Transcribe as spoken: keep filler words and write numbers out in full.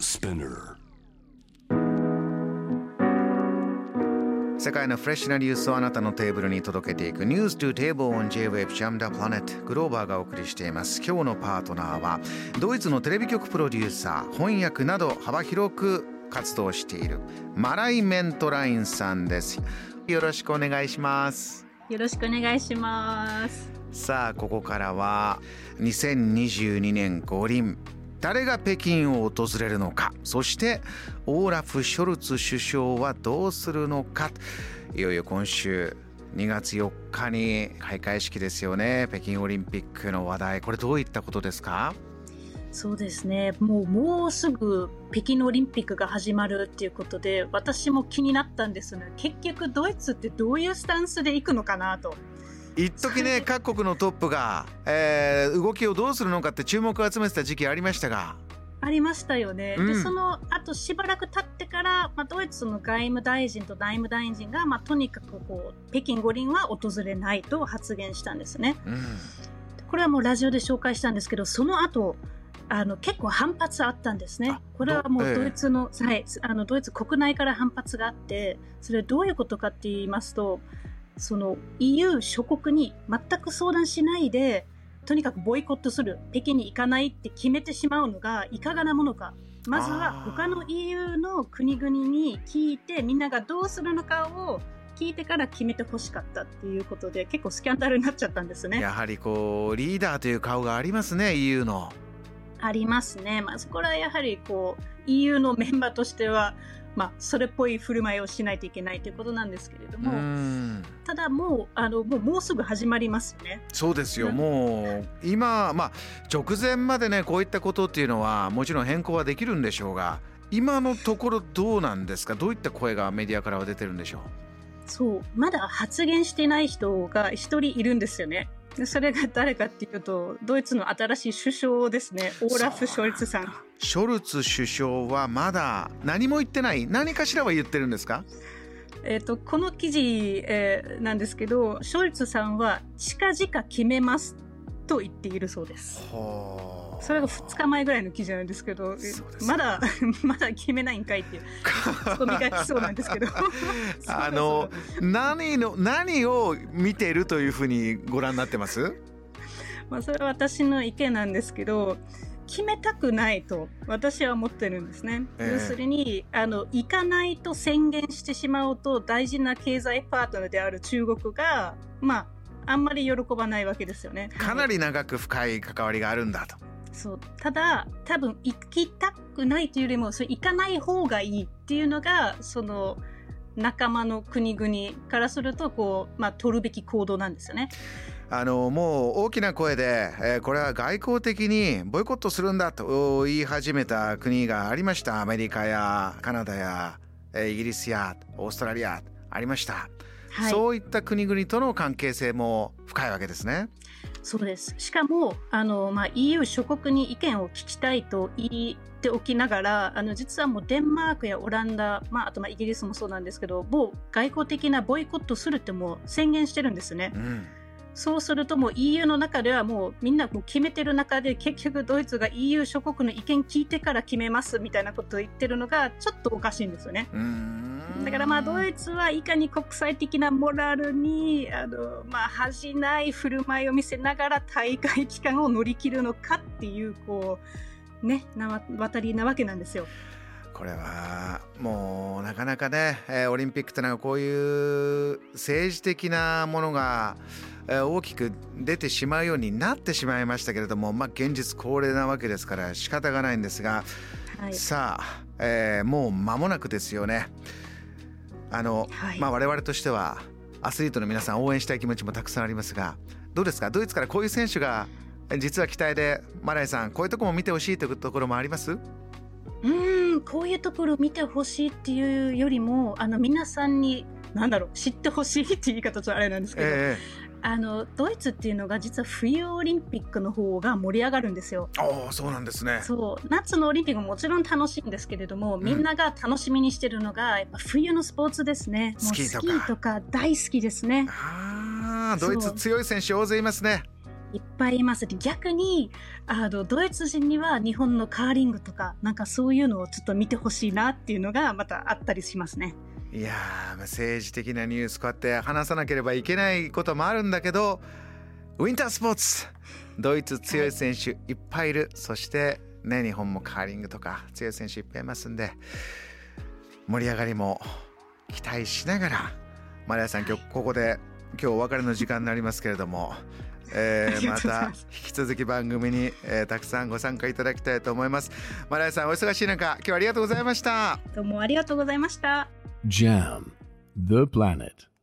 Spinner。 世界のフレッシュなニュースをあなたのテーブルに届けていく News to Table on J-Wave Jam the Planet グローバーがお送りしています。今日のパートナーはドイツのテレビ局プロデューサー、翻訳など幅広く活動しているマライ・メントラインさんです。よろしくお願いします。 よろしくお願いします。 さあここからはにせんにじゅうにねん五輪、誰が北京を訪れるのか、そしてオーラフ・ショルツ首相はどうするのか。いよいよ今週にがつよっかに開会式ですよね。北京オリンピックの話題、これどういったことですか？ そうですね、もうもうすぐ北京オリンピックが始まるっていうことで、私も気になったんですね。結局ドイツってどういうスタンスで行くのかなと。 一時ね、各国のトップが、えー、動きをどうするのかって注目を集めてた時期ありましたが。 ありましたよね、うん、でその後しばらく経ってから、まあ、ドイツの外務大臣と内務大臣が、まあ、とにかくこう北京五輪は訪れないと発言したんですね、うん、これはもうラジオで紹介したんですけど、その後あの結構反発あったんですね。これはもうドイツの、えーはい、あのドイツ国内から反発があって、それはどういうことかって言いますと、その イーユー 諸国に全く相談しないでとにかくボイコットする、北京に行かないって決めてしまうのがいかがなものか。まずは他の イーユー の国々に聞いて、みんながどうするのかを聞いてから決めてほしかったっていうことで、結構スキャンダルになっちゃったんですね。 やはりこうリーダーという顔がありますね、 イーユー の。 ありますね。まあ、そこはやはりこう イーユー のメンバーとしては、まあ、それっぽい振る舞いをしないといけないということなんですけれども、ただもうあのもうもうすぐ始まりますよね。 そうですよ、もう今、まあ、直前までねこういったことっていうのはもちろん変更はできるんでしょうが、今のところどうなんですか？どういった声がメディアからは出てるんでしょう？ そう、まだ発言してない人が一人いるんですよね。それが誰かっていうと、ドイツの新しい首相ですね。オーラフ・ショルツさん。 ショルツ首相はまだ何も言ってない？何かしらは言ってるんですか？ えっと、この記事、えー、なんですけど、ショルツさんは近々決めますと言っているそうです。はあ、それがふつかまえぐらいの記事なんですけど、まだまだ決めないんかいっていうツッコミが来そうなんですけどあの何の何を見ているというふうにご覧になってます？ まあそれは私の意見なんですけど、決めたくないと私は思ってるんですね、えー、要するにあの行かないと宣言してしまうと、大事な経済パートナーである中国がまああんまり喜ばないわけですよね。 かなり長く深い関わりがあるんだと。 そう、ただ多分行きたくないというよりも、それ行かない方がいいっていうのがその仲間の国々からするとこう、まあ、取るべき行動なんですよね。 あのもう大きな声で、えー、これは外交的にボイコットするんだと言い始めた国がありました。アメリカやカナダや、えー、イギリスやオーストラリアありました、はい、そういった国々との関係性も深いわけですね。 そうです。しかもあの、まあ、イーユー 諸国に意見を聞きたいと言っておきながら、あの実はもうデンマークやオランダ、まあ、あとまあイギリスもそうなんですけど、もう外交的なボイコットするってもう宣言してるんですね、うん。そうするともう イーユー の中ではもうみんなもう決めてる中で、結局ドイツが イーユー 諸国の意見聞いてから決めますみたいなことを言ってるのがちょっとおかしいんですよね。うーん、だからまあドイツはいかに国際的なモラルにあの、まあ、恥じない振る舞いを見せながら大会期間を乗り切るのかっていうこうね、な渡りなわけなんですよ。 これはもうなかなかね、えー、オリンピックってのはこういう政治的なものが、えー、大きく出てしまうようになってしまいましたけれども、まあ、現実恒例なわけですから仕方がないんですが、はい、さあ、えー、もう間もなくですよね。あの、はい、まあ、我々としてはアスリートの皆さん応援したい気持ちもたくさんありますが、どうですか？ドイツからこういう選手が実は期待で、マライさんこういうところも見てほしいというところもあります？ うーん、こういうところを見てほしいっていうよりも、あの皆さんになんだろう知ってほしいっていう言い方ちょっとあれなんですけど、えー、あのドイツっていうのが実は冬オリンピックの方が盛り上がるんですよ。 ああ、そうなんですね。 そう、夏のオリンピックももちろん楽しいんですけれども、うん、みんなが楽しみにしてるのがやっぱ冬のスポーツですね。もうスキーとか大好きですね。 ああ、ドイツ強い選手大勢いますね。 いっぱいいます。逆にあのドイツ人には日本のカーリングとかなんかそういうのをちょっと見てほしいなっていうのがまたあったりしますね。 いやー、政治的なニュースこうやって話さなければいけないこともあるんだけど、ウィンタースポーツドイツ強い選手いっぱいいる、はい、そしてね、日本もカーリングとか強い選手いっぱいいますんで、盛り上がりも期待しながら、マリアさん今日ここで今日お別れの時間になりますけれども、えー、また引き続き番組に、えー、たくさんご参加いただきたいと思います。マリアさんお忙しい中今日はありがとうございました。 どうもありがとうございました。 ジャム The Planet